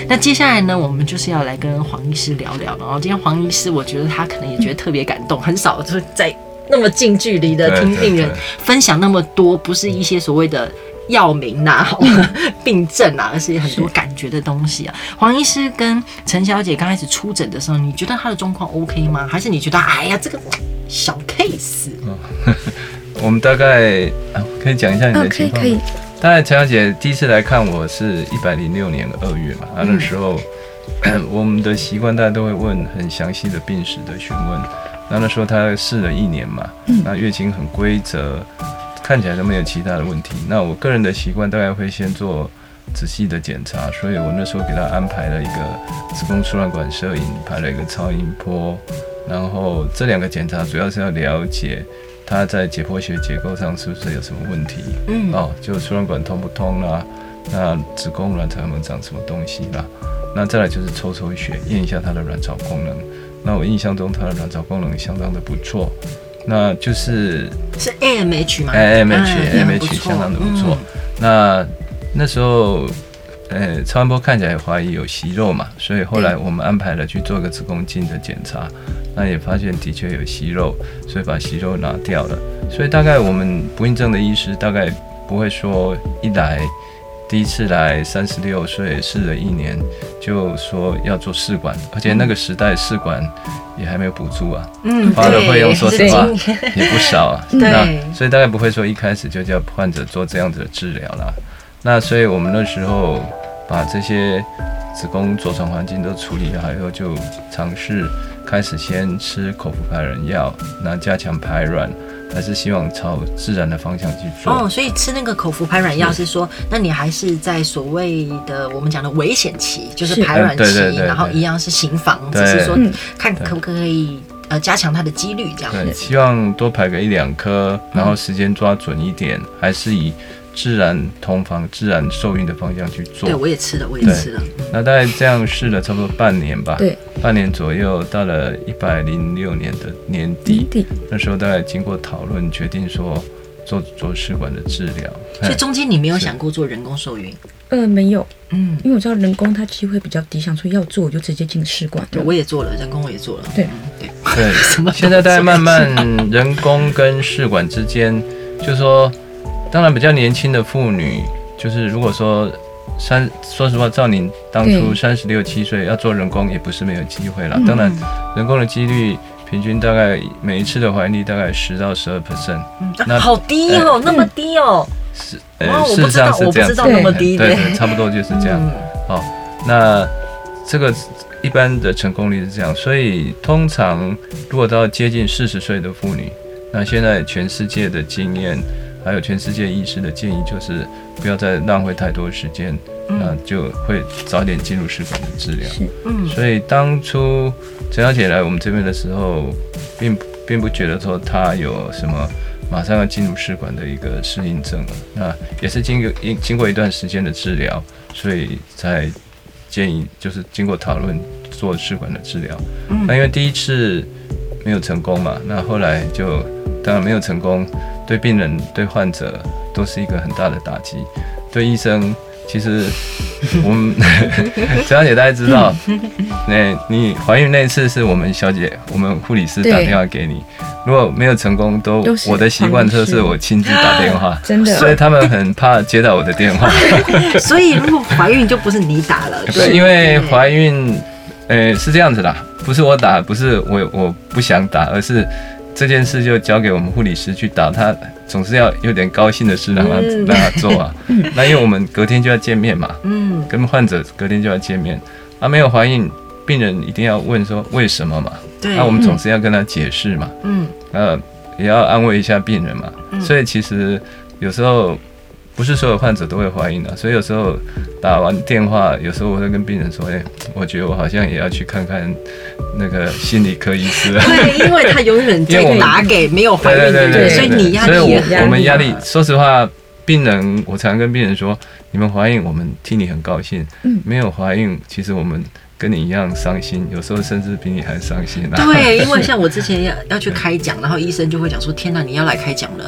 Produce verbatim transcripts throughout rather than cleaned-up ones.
那接下来呢，我们就是要来跟黄医师聊聊。然后今天黄医师，我觉得他可能也觉得特别感动，很少就是在那么近距离的听病人分享那么多，不是一些所谓的药名啊、病症啊，而是很多感觉的东西啊。黄医师跟陈小姐刚开始出诊的时候，你觉得她的状况 OK 吗？还是你觉得哎呀这个小 case？、 哦、我们大概、啊、可以讲一下你的情况吗？哦、可以可以。大概陈小姐第一次来看我是一百零六年二月嘛，啊、那时候、嗯、我们的习惯大家都会问很详细的病史的询问。那那时候她试了一年嘛，嗯、那月经很规则，看起来都没有其他的问题。那我个人的习惯大概会先做仔细的检查，所以我那时候给她安排了一个子宫输卵管摄影，拍了一个超音波，然后这两个检查主要是要了解他在解剖学结构上是不是有什么问题？嗯，哦，就输卵管通不通啦、啊，那子宫卵巢有没有长什么东西啦？那再来就是抽抽血，验一下他的卵巢功能。那我印象中他的卵巢功能相当的不错，那就是是 A M H 吗 ？A M H，A M H 相当的不错。嗯、那那时候，呃，超音波看起来怀疑有息肉嘛，所以后来我们安排了去做个子宫镜的检查。那也发现的确有息肉，所以把息肉拿掉了。所以大概我们不孕症的医师大概不会说一来第一次来三十六岁试了一年就说要做试管，而且那个时代试管也还没有补助啊，嗯，花的费用说实话也不少啊。那所以大概不会说一开始就叫患者做这样子的治疗啦。那所以我们那时候把这些子宫着床环境都处理好以后，就尝试开始先吃口服排卵药，那加强排卵，还是希望朝自然的方向去做。 哦，所以吃那个口服排卵药是说，那你还是在所谓的我们讲的危险期，就是排卵期， 对对对对， 然后一样是行房，只是说看可不可以呃加强它的几率这样子。 对，希望多排个一两颗，然后时间抓准一点，嗯、还是以自然同房、自然受孕的方向去做。 对，我也吃了，我也吃了。 那大概这样试了差不多半年吧， 对， 半年左右，到了一百零六年的年底，底那时候大概经过讨论，决定说做做试管的治疗。 所以中间你没有想过做人工受孕？ 呃，没有，嗯，因为我知道人工它机会比较低，想说要做我就直接进试管。 对，我也做了，人工我也做了。 对， 嗯、对， 对。现在大概慢慢人工跟试管之间，就是说。当然，比较年轻的妇女，就是如果说三，说实话，照您当初三十六七岁要做人工，也不是没有机会啦。当然，人工的几率平均大概每一次的怀孕率大概十到十二 percent， 那好低哦，呃、那么低哦。 是，呃，事实上是这样子， 那么低， 对对，差不多就是这样。好、嗯哦，那这个一般的成功率是这样，所以通常如果到接近四十岁的妇女，那现在全世界的经验。还有全世界医师的建议就是不要再浪费太多时间，嗯、那就会早点进入试管的治疗。嗯，所以当初陈小姐来我们这边的时候，并并不觉得说她有什么马上要进入试管的一个适应症，那也是经过经过一段时间的治疗，所以才建议就是经过讨论做试管的治疗。嗯，那因为第一次没有成功嘛，那后来就当然没有成功。对病人、对患者都是一个很大的打击。对医生，其实我们陈小姐大家知道，那你怀孕那一次是我们小姐、我们护理师打电话给你，如果没有成功，都我的习惯就是我亲自打电话， 真的， 所以他们很怕接到我的电话。 所以如果怀孕就不是你打了， 对，因为怀孕，呃，是这样子啦，不是我打，不是我我不想打，而是。这件事就交给我们护理师去打，他总是要有点高兴的事让他、嗯、让他做啊。那因为我们隔天就要见面嘛，嗯，跟患者隔天就要见面。啊，没有怀孕，病人一定要问说为什么嘛？对，那、啊、我们总是要跟他解释嘛，嗯，呃，也要安慰一下病人嘛。嗯、所以其实有时候不是所有患者都会怀孕的、啊，所以有时候打完电话，有时候我会跟病人说，哎、欸，我觉得我好像也要去看看那个心理科医师。 对，因为他永远在打给没有怀孕的人，所以你压力也很大。 所以我们压力，说实话，病人我常跟病人说，你们怀孕，我们替你很高兴；嗯、没有怀孕，其实我们跟你一样伤心，有时候甚至比你还伤心、啊。 对，因为像我之前要要去开讲，然后医生就会讲说：“天哪，你要来开讲了。”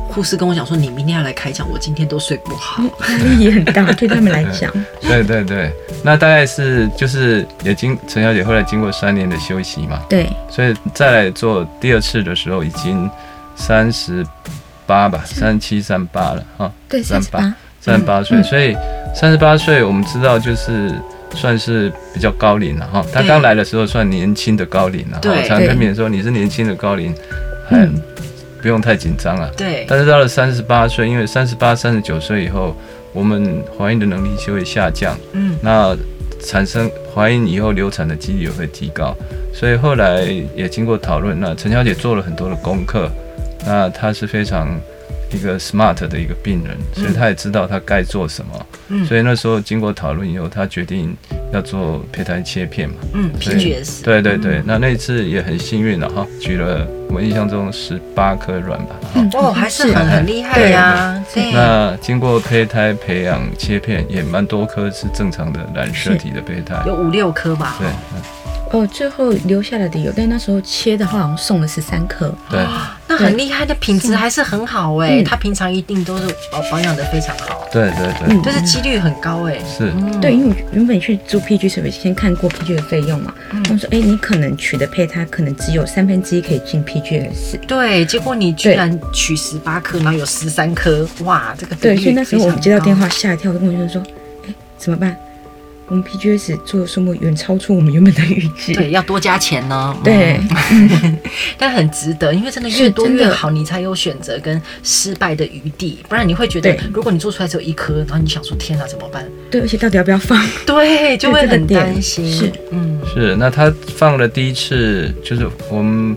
护士跟我讲说，你明天要来开讲，我今天都睡不好， 压力也很大，对他们来讲。 对对对，那大概是就是也经陈小姐后来经过三年的休息嘛， 对， 所以再来做第二次的时候，已经三十八吧，三十七、三八了哈。 对，三十八， 三十八岁，所以三十八岁我们知道就是算是比较高龄了哈。他刚来的时候算年轻的高龄了， 对， 常跟别人说你是年轻的高龄，还不用太紧张啊。 对， 但是到了三十八岁，因为三十八、三十九岁以后，我们怀孕的能力就会下降，嗯，那产生怀孕以后流产的几率也会提高，所以后来也经过讨论，那陈小姐做了很多的功课，那她是非常一个 smart 的一个病人，所以她也知道她该做什么，嗯，所以那时候经过讨论以后，她决定要做胚胎切片嘛， 嗯 ，P G S， 对对对，嗯、那那次也很幸运了哈，举了我印象中十八颗卵吧，嗯， 哦，还是很很厉害呀、啊。 那经过胚胎培养切片，也蛮多颗是正常的染色体的胚胎， 有五六颗吧， 对。 哦，最后留下来的有，但那时候切的话好像送了十三颗， 对， 那很厉害的品质还是很好哎、欸，他平常一定都是保保养的非常好， 对对对， 嗯，就是几率很高哎、欸， 是， 对，因为我原本去做 P G 时，我先看过 P G 的费用嘛，他们说，哎，你可能取的胚胎可能只有三分之一可以进 P G S， 对，结果你居然取十八颗，然后有十三颗，哇，这个对，所以那时候我们接到电话吓一跳，跟我就说，哎，怎么办？我们 P G S 做的数目远超出我们原本的预计， 对，要多加钱呢。 对， 嗯、但很值得，因为真的越多越好，你才有选择跟失败的余地，不然你会觉得，如果你做出来只有一颗，然后你想说天哪怎么办？ 对，而且到底要不要放？ 对，就会很担心。 是， 嗯， 是。那他放了第一次，就是我们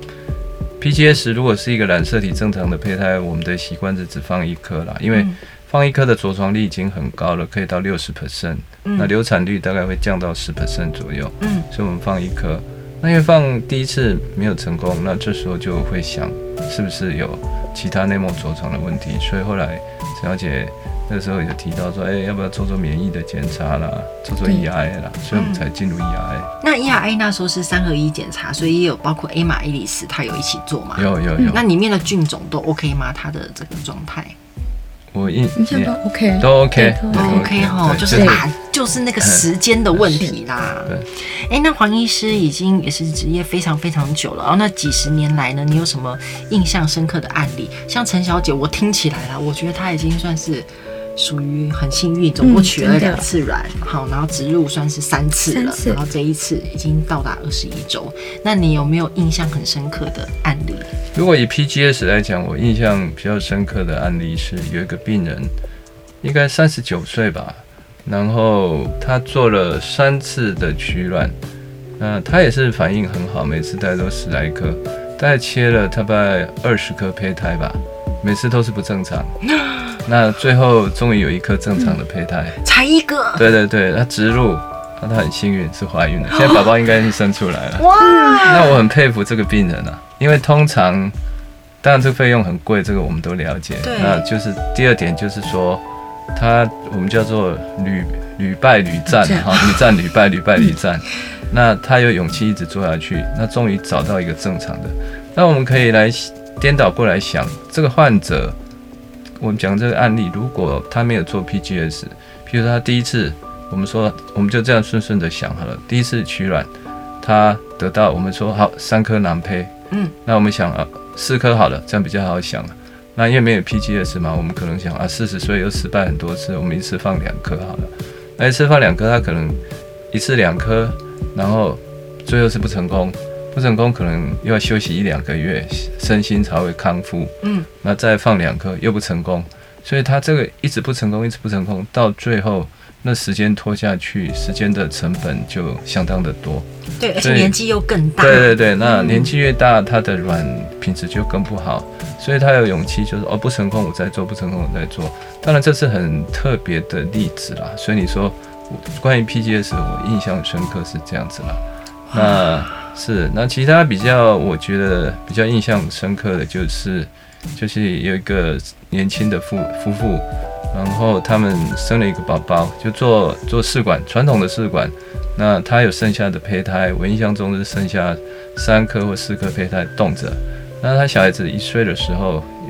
P G S 如果是一个染色体正常的胚胎，我们的习惯是只放一颗啦，因为、嗯。放一颗的着床率已经很高了，可以到 百分之六十， 嗯，那流产率大概会降到 百分之十 左右，嗯，所以我们放一颗。那因为放第一次没有成功，那这时候就会想是不是有其他内膜着床的问题，所以后来陈小姐那时候有提到说，哎、欸，要不要做做免疫的检查啦，做做 E R A 啦，所以我们才进入 E R A、嗯。 那 E R A 那时候是三合一检查，所以也有包括 A 马 A 里斯，他有一起做嘛？ 有有有、嗯。 那里面的菌种都 OK 吗？他的这个状态？ 我印象都 OK， 都 OK， 都 OK 哈，就是啊，就是那个时间的问题啦。 对， 哎，那黄医师已经也是职业非常非常久了，然后那几十年来呢，你有什么印象深刻的案例？像陈小姐，我听起来啦，我觉得她已经算是属于很幸运，总共取了两次卵，嗯、好，然后植入算是三次了，然后这一次已经到达二十一周。那你有没有印象很深刻的案例？ 如果以 P G S 来讲，我印象比较深刻的案例是有一个病人，应该三十九岁吧，然后他做了三次的取卵，那他也是反应很好，每次大概都十来颗，大概切了大概二十颗胚胎吧，每次都是不正常。那最后终于有一颗正常的胚胎， 嗯、才一个。 对对对，他植入。那她很幸运是怀孕的，现在宝宝应该是生出来了。 哇！ 那我很佩服这个病人啊，因为通常，当然这个费用很贵，这个我们都了解。 对。 那就是第二点就是说，他我们叫做屡屡败屡战，哈，屡战屡败，屡败屡战。那他有勇气一直做下去，那终于找到一个正常的。那我们可以来颠倒过来想，这个患者，我们讲这个案例，如果他没有做 P G S， 譬如说他第一次。我们说，我们就这样顺顺的想好了。第一次取卵，他得到我们说好三颗囊胚，嗯，那我们想啊，四颗好了，这样比较好想。那因为没有 P G S 嘛，我们可能想啊，四十岁又失败很多次，我们一次放两颗好了。那一次放两颗，他可能一次两颗，然后最后是不成功，不成功可能又要休息一两个月，身心才会康复，嗯，那再放两颗又不成功，所以他这个一直不成功，一直不成功，到最后。那时间拖下去，时间的成本就相当的多。 对，而且年纪又更大。 对对对，那年纪越大，它的卵品质就更不好，所以他有勇气，就是哦，不成功我再做，不成功我再做。当然这是很特别的例子啦。所以你说关于 P G S， 我印象深刻是这样子啦。那是那其他比较，我觉得比较印象深刻的就是，就是有一个年轻的夫夫妇。然后他们生了一个宝宝，就做做试管，传统的试管。那他有剩下的胚胎，我印象中是剩下三颗或四颗胚胎冻着。那他小孩子一岁的时候，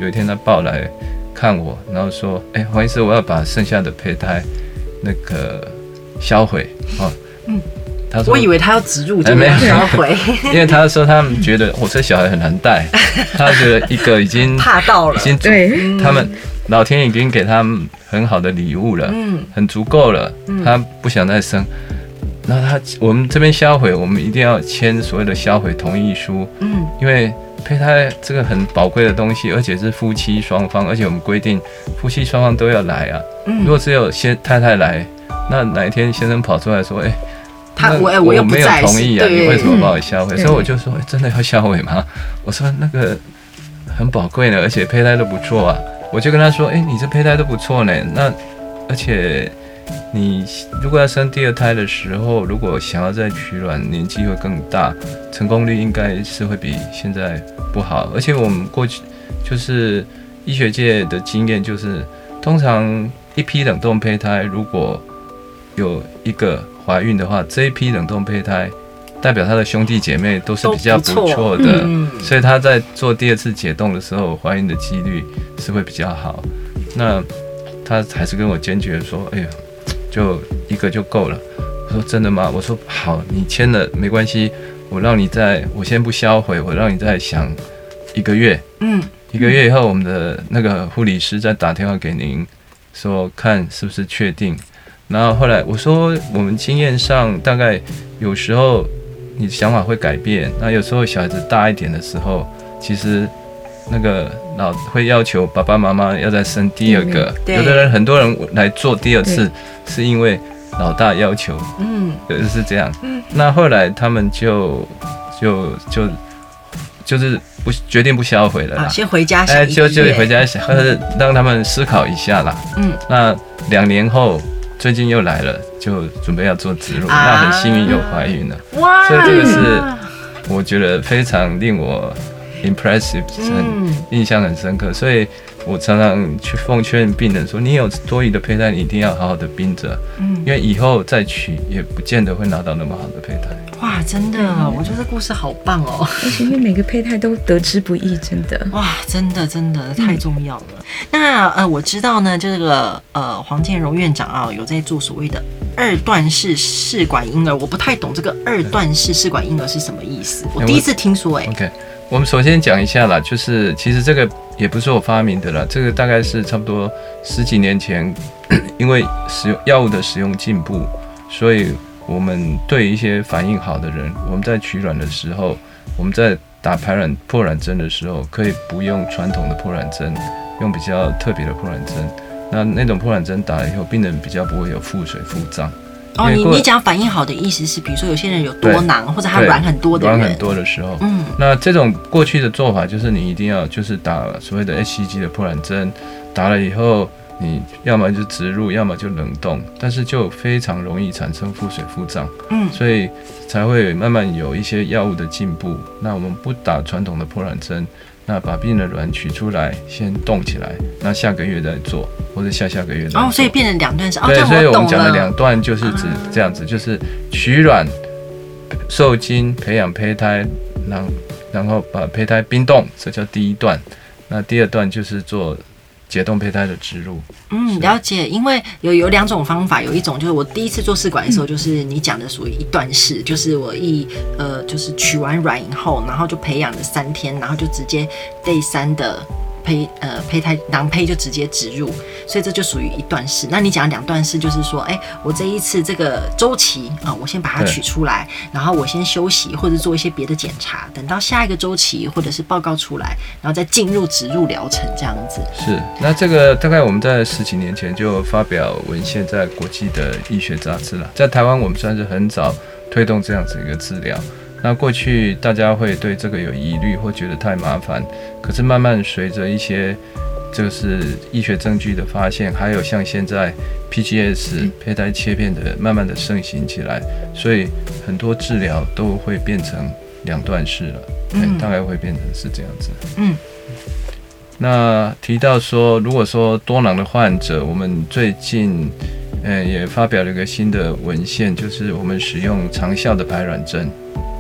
有一天他抱来看我，然后说：“哎、欸，黄医师，我要把剩下的胚胎那个销毁哦。”嗯，他说：“ 我以为他要植入，就没有销毁。” 因为他说他们觉得我、哦、这小孩很难带，他觉得一个已经怕到了， 已经对，他们老天已经给他们很好的礼物了，嗯，很足够了，嗯、他不想再生。那他我们这边销毁，我们一定要签所谓的销毁同意书，嗯，因为胚胎这个很宝贵的东西，而且是夫妻双方，而且我们规定夫妻双方都要来啊。嗯，如果只有先太太来，那哪一天先生跑出来说，哎、欸， 他我我又不没有同意啊，你为什么把我销毁？ 嗯、 所以我就说，哎、欸，真的要销毁吗？我说那个很宝贵呢，而且胚胎都不错啊。我就跟他说，哎、欸，你这胚胎都不错呢，那而且。你如果要生第二胎的时候，如果想要再取卵，年纪会更大，成功率应该是会比现在不好。而且我们过去就是医学界的经验，就是通常一批冷冻胚胎如果有一个怀孕的话，这一批冷冻胚胎代表他的兄弟姐妹都是比较不错的，嗯、所以他在做第二次解冻的时候，怀孕的几率是会比较好。那他还是跟我坚决说：“哎呀。”就一个就够了。我说真的吗？我说好，你签了没关系，我让你再，我先不销毁，我让你再想一个月。嗯，一个月以后，我们的那个护理师再打电话给您，说看是不是确定。然后后来我说，我们经验上大概有时候你想法会改变，那有时候小孩子大一点的时候，其实。那个老会要求爸爸妈妈要再生第二个，嗯、有的人很多人来做第二次，是因为老大要求，嗯，就是这样。嗯、那后来他们就就就就是不决定不销毁了啦， 啊、先回家想， 哎，就就回家想，呃，让他们思考一下啦。嗯，那两年后最近又来了，就准备要做植入，啊、那很幸运又怀孕了。哇，所以这个是我觉得非常令我。impressive， 很印象很深刻，所以我常常去奉劝病人说：你有多余的胚胎，你一定要好好的冰着，嗯，因为以后再取也不见得会拿到那么好的胚胎。 哇，真的，我觉得这故事好棒哦！ 而且因为每个胚胎都得之不易，真的。 哇，真的真的太重要了。嗯、那呃，我知道呢，这个呃黄建荣院长啊，有在做所谓的二段式试管婴儿，我不太懂这个二段式试管婴儿是什么意思，我第一次听说、欸。哎 ，OK。我们首先讲一下啦，就是其实这个也不是我发明的啦，这个大概是差不多十几年前，因为使用药物的使用进步，所以我们对一些反应好的人，我们在取卵的时候，我们在打排卵破卵针的时候，可以不用传统的破卵针，用比较特别的破卵针。那那种破卵针打了以后，病人比较不会有腹水、腹胀。 哦，你你讲反应好的意思是，比如说有些人有多囊，或者他卵很多的人， 卵很多的时候，嗯，那这种过去的做法就是你一定要就是打所谓的 H C G 的破卵针，打了以后你要么就植入，要么就冷冻，但是就非常容易产生腹水、腹胀，嗯，所以才会慢慢有一些药物的进步。那我们不打传统的破卵针。那把病人的卵取出来，先冻起来，那下个月再做，或者下下个月再做。 哦，所以变成两段是哦， 对， 这样我懂了。 所以我们讲的两段就是指这样子，啊、就是取卵、受精、培养胚胎，然后然后把胚胎冰冻，这叫第一段。那第二段就是做解冻胚胎的植入。 嗯，了解。因为有有两种方法，有一种就是我第一次做试管的时候，就是你讲的属于一段式，就是我一呃就是取完卵以后，然后就培养了三天，然后就直接 day 三的胚呃胚胎囊胚就直接植入，所以这就属于一段式。那你讲两段式，就是说，哎、欸，我这一次这个周期啊、呃，我先把它取出来，然后我先休息或者做一些别的检查，等到下一个周期或者是报告出来，然后再进入植入疗程这样子。 是，那这个大概我们在十几年前就发表文献在国际的医学杂志了，在台湾我们算是很早推动这样子一个治疗。那过去大家会对这个有疑虑或觉得太麻烦，可是慢慢随着一些就是医学证据的发现，还有像现在 P G S 胚胎切片的慢慢的盛行起来，所以很多治疗都会变成两段式了，嗯，大概会变成是这样子。嗯，那提到说，如果说多囊的患者，我们最近呃也发表了一个新的文献，就是我们使用长效的排卵针。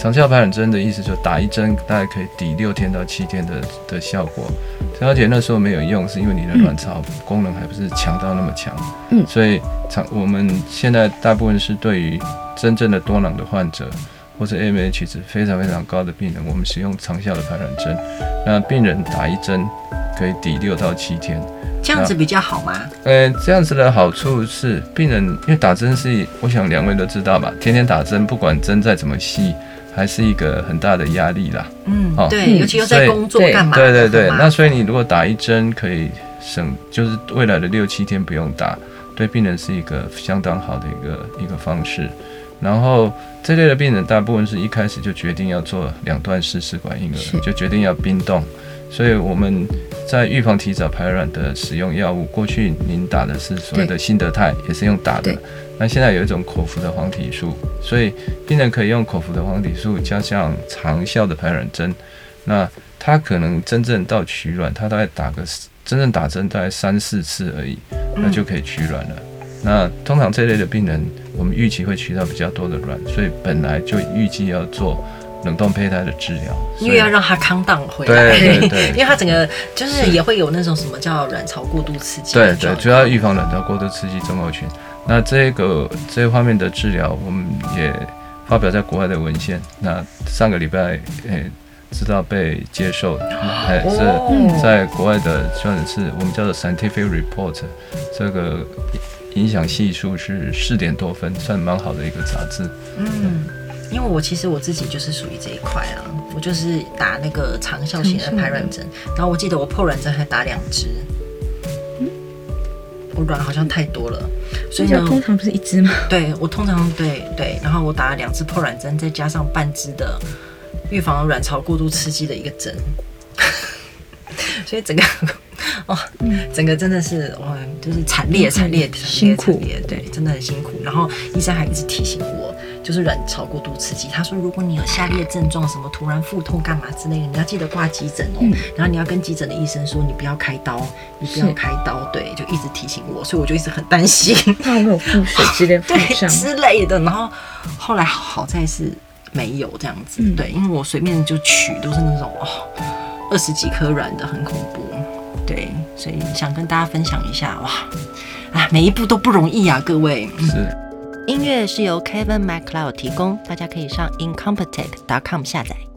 长效排卵针的意思就打一针大概可以抵六天到七天的的效果。陈小姐那时候没有用，是因为你的卵巢功能还不是强到那么强，嗯，所以长我们现在大部分是对于真正的多囊的患者，或者 A M H 值非常非常高的病人，我们使用长效的排卵针。那病人打一针可以抵六到七天， 这样子比较好吗？ 呃，这样子的好处是，病人因为打针是，我想两位都知道吧，天天打针，不管针再怎么细，还是一个很大的压力啦。 嗯，哦、对，尤其又在工作干嘛？ 对对对，那所以你如果打一针可以省，就是未来的六七天不用打，对病人是一个相当好的一个一个方式。然后这类的病人大部分是一开始就决定要做两段式试管婴儿，就决定要冰冻。所以我们在预防提早排卵的使用药物，过去您打的是所谓的辛德泰，也是用打的。那现在有一种口服的黄体素，所以病人可以用口服的黄体素加上长效的排卵针。那他可能真正到取卵，他大概打个真正打针大概三四次而已，那就可以取卵了。那通常这类的病人，我们预期会取到比较多的卵，所以本来就预计要做冷冻胚胎的治疗， 因为要让它康荡回来， 对对对， 因为它整个就是也会有那种什么叫卵巢过度刺激， 对对，主要预防卵巢过度刺激症候群。那这个这方面的治疗，我们也发表在国外的文献。那上个礼拜，诶，知道被接受，哎，是在国外的，算是我们叫做 scientific report， 这个影响系数是四点多分，算蛮好的一个杂志。 嗯。因为我其实我自己就是属于这一块啊，我就是打那个长效型的排卵针，然后我记得我破卵针还打两支，嗯，我卵好像太多了，所以呢， 通常不是一支吗？ 对，我通常对对，然后我打了两支破卵针，再加上半支的预防卵巢过度刺激的一个针，所以整个哦，整个真的是哇，就是惨烈惨烈辛苦， 对，真的很辛苦。然后医生还一直提醒我，就是卵巢过度刺激。他说，如果你有下列症状，什么突然腹痛干嘛之类的，你要记得挂急诊哦。嗯、然后你要跟急诊的医生说，你不要开刀，你不要开刀，对，就一直提醒我，所以我就一直很担心， 怕我有腹水之类对之类的。然后后来好在是没有这样子，嗯、对，因为我随便就取都是那种哦二十几颗卵的，很恐怖。对，所以想跟大家分享一下，哇，啊，每一步都不容易啊，各位。 是。 音乐是由 Kevin MacLeod 提供，大家可以上 incompetech dot com 下载。